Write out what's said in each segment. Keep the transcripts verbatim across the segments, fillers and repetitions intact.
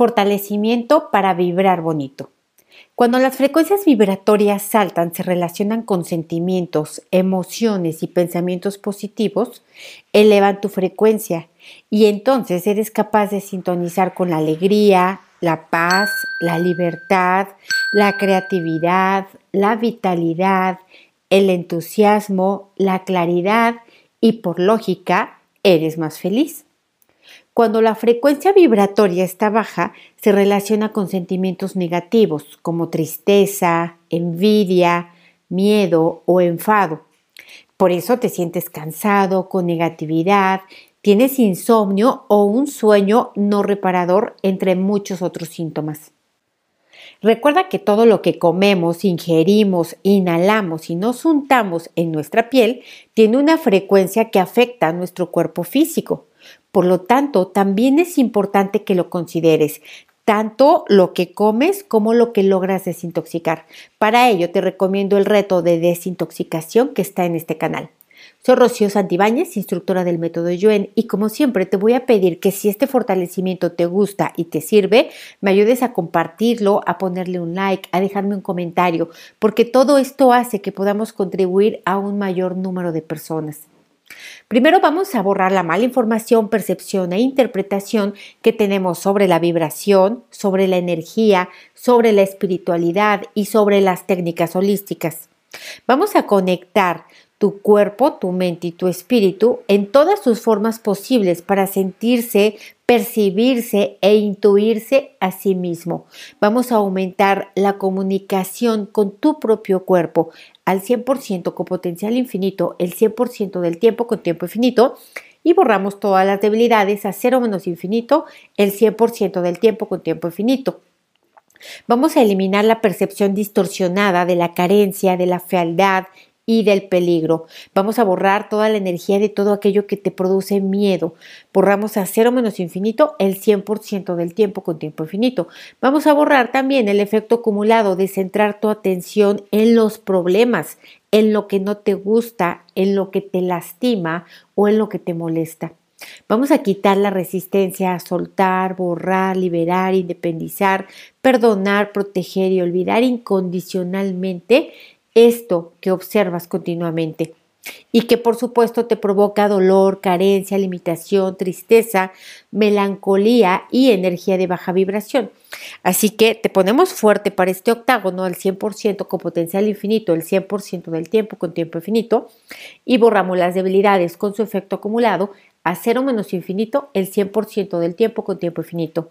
Fortalecimiento para vibrar bonito. Cuando las frecuencias vibratorias saltan, se relacionan con sentimientos, emociones y pensamientos positivos, elevan tu frecuencia y entonces eres capaz de sintonizar con la alegría, la paz, la libertad, la creatividad, la vitalidad, el entusiasmo, la claridad y por lógica, eres más feliz. Cuando la frecuencia vibratoria está baja, se relaciona con sentimientos negativos como tristeza, envidia, miedo o enfado. Por eso te sientes cansado, con negatividad, tienes insomnio o un sueño no reparador, entre muchos otros síntomas. Recuerda que todo lo que comemos, ingerimos, inhalamos y nos untamos en nuestra piel tiene una frecuencia que afecta a nuestro cuerpo físico. Por lo tanto, también es importante que lo consideres, tanto lo que comes como lo que logras desintoxicar. Para ello, te recomiendo el reto de desintoxicación que está en este canal. Soy Rocío Santibáñez, instructora del método Yuen, y como siempre te voy a pedir que si este fortalecimiento te gusta y te sirve, me ayudes a compartirlo, a ponerle un like, a dejarme un comentario, porque todo esto hace que podamos contribuir a un mayor número de personas. Primero vamos a borrar la mala información, percepción e interpretación que tenemos sobre la vibración, sobre la energía, sobre la espiritualidad y sobre las técnicas holísticas. Vamos a conectar tu cuerpo, tu mente y tu espíritu en todas sus formas posibles para sentirse, percibirse e intuirse a sí mismo. Vamos a aumentar la comunicación con tu propio cuerpo al cien por ciento con potencial infinito, el cien por ciento del tiempo con tiempo infinito, y borramos todas las debilidades a cero menos infinito, el cien por ciento del tiempo con tiempo infinito. Vamos a eliminar la percepción distorsionada de la carencia, de la fealdad y del peligro. Vamos a borrar toda la energía de todo aquello que te produce miedo. Borramos a cero menos infinito el cien por ciento del tiempo con tiempo infinito. Vamos a borrar también el efecto acumulado de centrar tu atención en los problemas, en lo que no te gusta, en lo que te lastima o en lo que te molesta. Vamos a quitar la resistencia a soltar, borrar, liberar, independizar, perdonar, proteger y olvidar incondicionalmente esto que observas continuamente y que por supuesto te provoca dolor, carencia, limitación, tristeza, melancolía y energía de baja vibración. Así que te ponemos fuerte para este octágono al cien por ciento con potencial infinito, el cien por ciento del tiempo con tiempo infinito, y borramos las debilidades con su efecto acumulado a cero menos infinito, el cien por ciento del tiempo con tiempo infinito.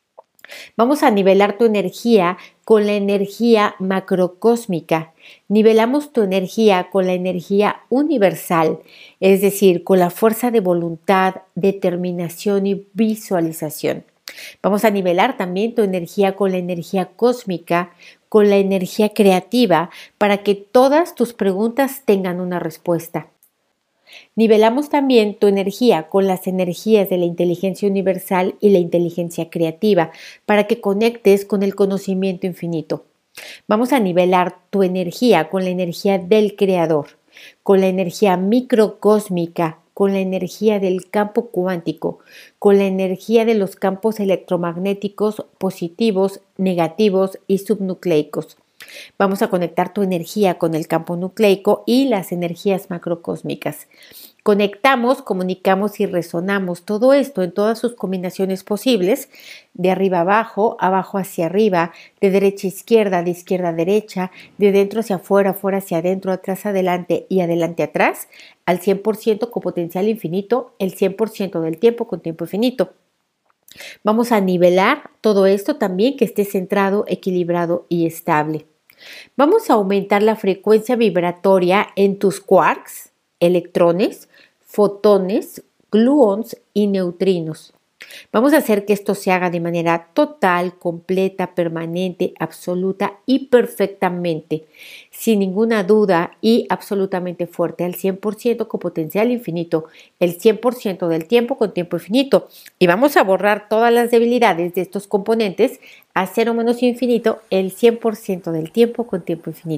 Vamos a nivelar tu energía con la energía macrocósmica. Nivelamos tu energía con la energía universal, es decir, con la fuerza de voluntad, determinación y visualización. Vamos a nivelar también tu energía con la energía cósmica, con la energía creativa, para que todas tus preguntas tengan una respuesta. Nivelamos también tu energía con las energías de la inteligencia universal y la inteligencia creativa para que conectes con el conocimiento infinito. Vamos a nivelar tu energía con la energía del creador, con la energía microcósmica, con la energía del campo cuántico, con la energía de los campos electromagnéticos positivos, negativos y subnucleicos. Vamos a conectar tu energía con el campo nucleico y las energías macrocósmicas. Conectamos, comunicamos y resonamos todo esto en todas sus combinaciones posibles, de arriba a abajo, abajo hacia arriba, de derecha a izquierda, de izquierda a derecha, de dentro hacia afuera, afuera hacia adentro, atrás adelante y adelante atrás, al cien por ciento con potencial infinito, el cien por ciento del tiempo con tiempo infinito. Vamos a nivelar todo esto también que esté centrado, equilibrado y estable. Vamos a aumentar la frecuencia vibratoria en tus quarks, electrones, fotones, gluons y neutrinos. Vamos a hacer que esto se haga de manera total, completa, permanente, absoluta y perfectamente, sin ninguna duda y absolutamente fuerte, al cien por ciento con potencial infinito, el cien por ciento del tiempo con tiempo infinito. Y vamos a borrar todas las debilidades de estos componentes a cero menos infinito, el cien por ciento del tiempo con tiempo infinito.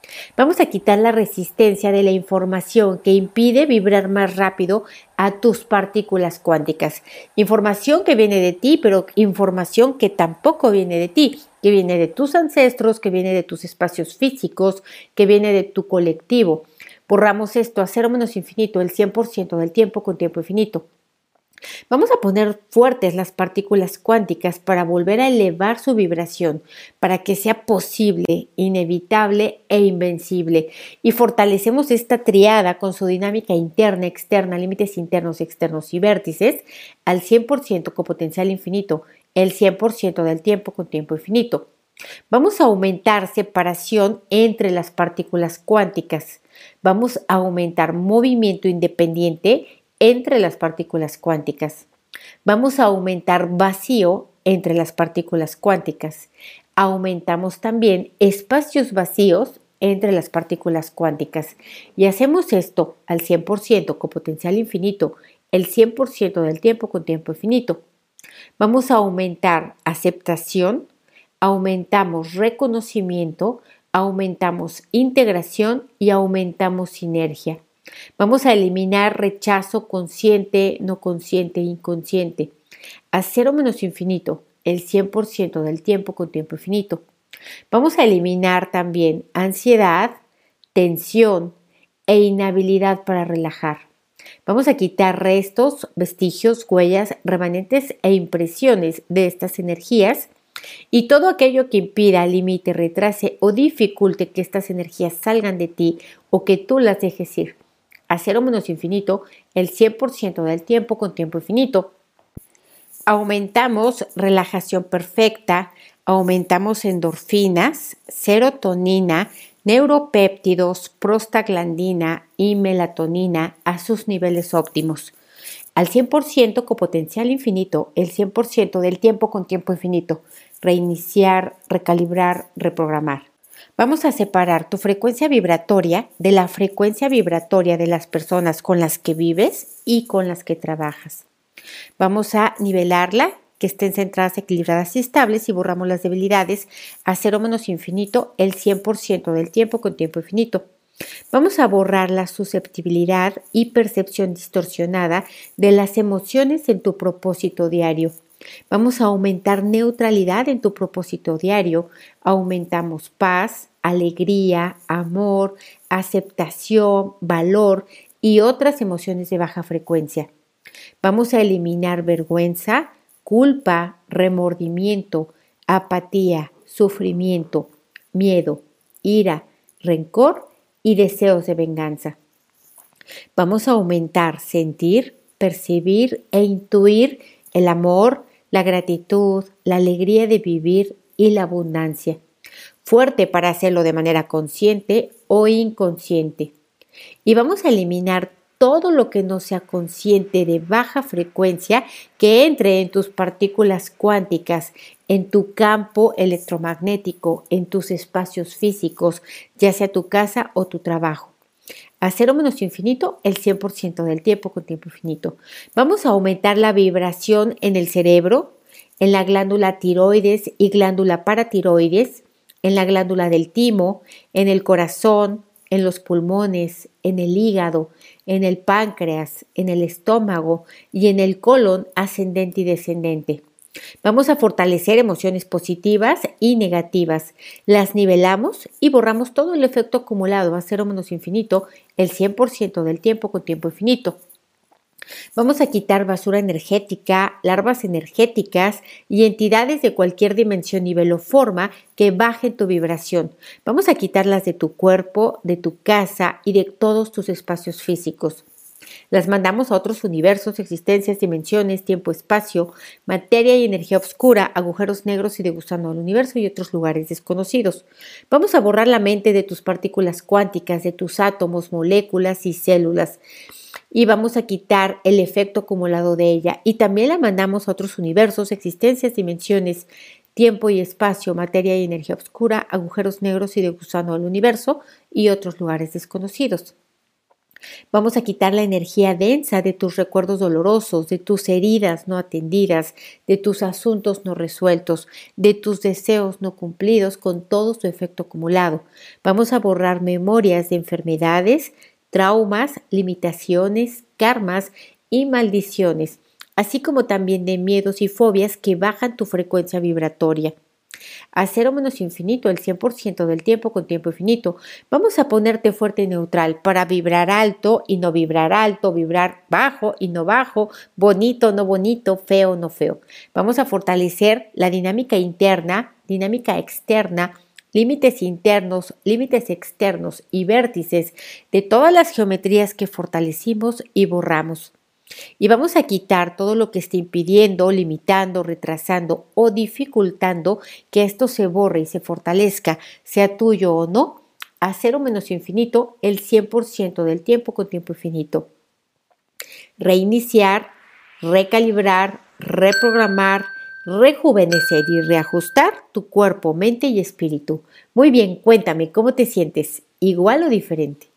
Vamos a quitar la resistencia de la información que impide vibrar más rápido a tus partículas cuánticas. Información que viene de ti, pero información que tampoco viene de ti, que viene de tus ancestros, que viene de tus espacios físicos, que viene de tu colectivo. Borramos esto a cero menos infinito el cien por ciento del tiempo con tiempo infinito. Vamos a poner fuertes las partículas cuánticas para volver a elevar su vibración, para que sea posible, inevitable e invencible. Y fortalecemos esta triada con su dinámica interna, externa, límites internos, externos y vértices al cien por ciento con potencial infinito, el cien por ciento del tiempo con tiempo infinito. Vamos a aumentar separación entre las partículas cuánticas. Vamos a aumentar movimiento independiente entre las partículas cuánticas. Vamos a aumentar vacío entre las partículas cuánticas. Aumentamos también espacios vacíos entre las partículas cuánticas. Y hacemos esto al cien por ciento con potencial infinito, el cien por ciento del tiempo con tiempo infinito. Vamos a aumentar aceptación, aumentamos reconocimiento, aumentamos integración y aumentamos sinergia. Vamos a eliminar rechazo consciente, no consciente, inconsciente. A cero menos infinito, el cien por ciento del tiempo con tiempo infinito. Vamos a eliminar también ansiedad, tensión e inhabilidad para relajar. Vamos a quitar restos, vestigios, huellas, remanentes e impresiones de estas energías y todo aquello que impida, limite, retrase o dificulte que estas energías salgan de ti o que tú las dejes ir. A cero menos infinito, el cien por ciento del tiempo con tiempo infinito. Aumentamos relajación perfecta, aumentamos endorfinas, serotonina, neuropéptidos, prostaglandina y melatonina a sus niveles óptimos. Al cien por ciento con potencial infinito, el cien por ciento del tiempo con tiempo infinito. Reiniciar, recalibrar, reprogramar. Vamos a separar tu frecuencia vibratoria de la frecuencia vibratoria de las personas con las que vives y con las que trabajas. Vamos a nivelarla, que estén centradas, equilibradas y estables, y borramos las debilidades a cero menos infinito, el cien por ciento del tiempo con tiempo infinito. Vamos a borrar la susceptibilidad y percepción distorsionada de las emociones en tu propósito diario. Vamos a aumentar neutralidad en tu propósito diario. Aumentamos paz, alegría, amor, aceptación, valor y otras emociones de baja frecuencia. Vamos a eliminar vergüenza, culpa, remordimiento, apatía, sufrimiento, miedo, ira, rencor y deseos de venganza. Vamos a aumentar sentir, percibir e intuir el amor, la gratitud, la alegría de vivir y la abundancia. Fuerte para hacerlo de manera consciente o inconsciente. Y vamos a eliminar todo lo que no sea consciente de baja frecuencia que entre en tus partículas cuánticas, en tu campo electromagnético, en tus espacios físicos, ya sea tu casa o tu trabajo. A cero menos infinito, el cien por ciento del tiempo con tiempo infinito. Vamos a aumentar la vibración en el cerebro, en la glándula tiroides y glándula paratiroides, en la glándula del timo, en el corazón, en los pulmones, en el hígado, en el páncreas, en el estómago y en el colon ascendente y descendente. Vamos a fortalecer emociones positivas y negativas. Las nivelamos y borramos todo el efecto acumulado a cero menos infinito, el cien por ciento del tiempo con tiempo infinito. Vamos a quitar basura energética, larvas energéticas y entidades de cualquier dimensión, nivel o forma que bajen tu vibración. Vamos a quitarlas de tu cuerpo, de tu casa y de todos tus espacios físicos. Las mandamos a otros universos, existencias, dimensiones, tiempo, espacio, materia y energía oscura, agujeros negros y de gusano del universo y otros lugares desconocidos. Vamos a borrar la mente de tus partículas cuánticas, de tus átomos, moléculas y células. Y vamos a quitar el efecto acumulado de ella. Y también la mandamos a otros universos, existencias, dimensiones, tiempo y espacio, materia y energía oscura, agujeros negros y de gusano del universo y otros lugares desconocidos. Vamos a quitar la energía densa de tus recuerdos dolorosos, de tus heridas no atendidas, de tus asuntos no resueltos, de tus deseos no cumplidos con todo su efecto acumulado. Vamos a borrar memorias de enfermedades, traumas, limitaciones, karmas y maldiciones, así como también de miedos y fobias que bajan tu frecuencia vibratoria. A cero menos infinito, el cien por ciento del tiempo con tiempo infinito. Vamos a ponerte fuerte y neutral para vibrar alto y no vibrar alto, vibrar bajo y no bajo, bonito, no bonito, feo, no feo. Vamos a fortalecer la dinámica interna, dinámica externa, límites internos, límites externos y vértices de todas las geometrías que fortalecimos y borramos. Y vamos a quitar todo lo que esté impidiendo, limitando, retrasando o dificultando que esto se borre y se fortalezca, sea tuyo o no, a cero menos infinito, el cien por ciento del tiempo con tiempo infinito. Reiniciar, recalibrar, reprogramar, rejuvenecer y reajustar tu cuerpo, mente y espíritu. Muy bien, cuéntame, ¿cómo te sientes? ¿Igual o diferente?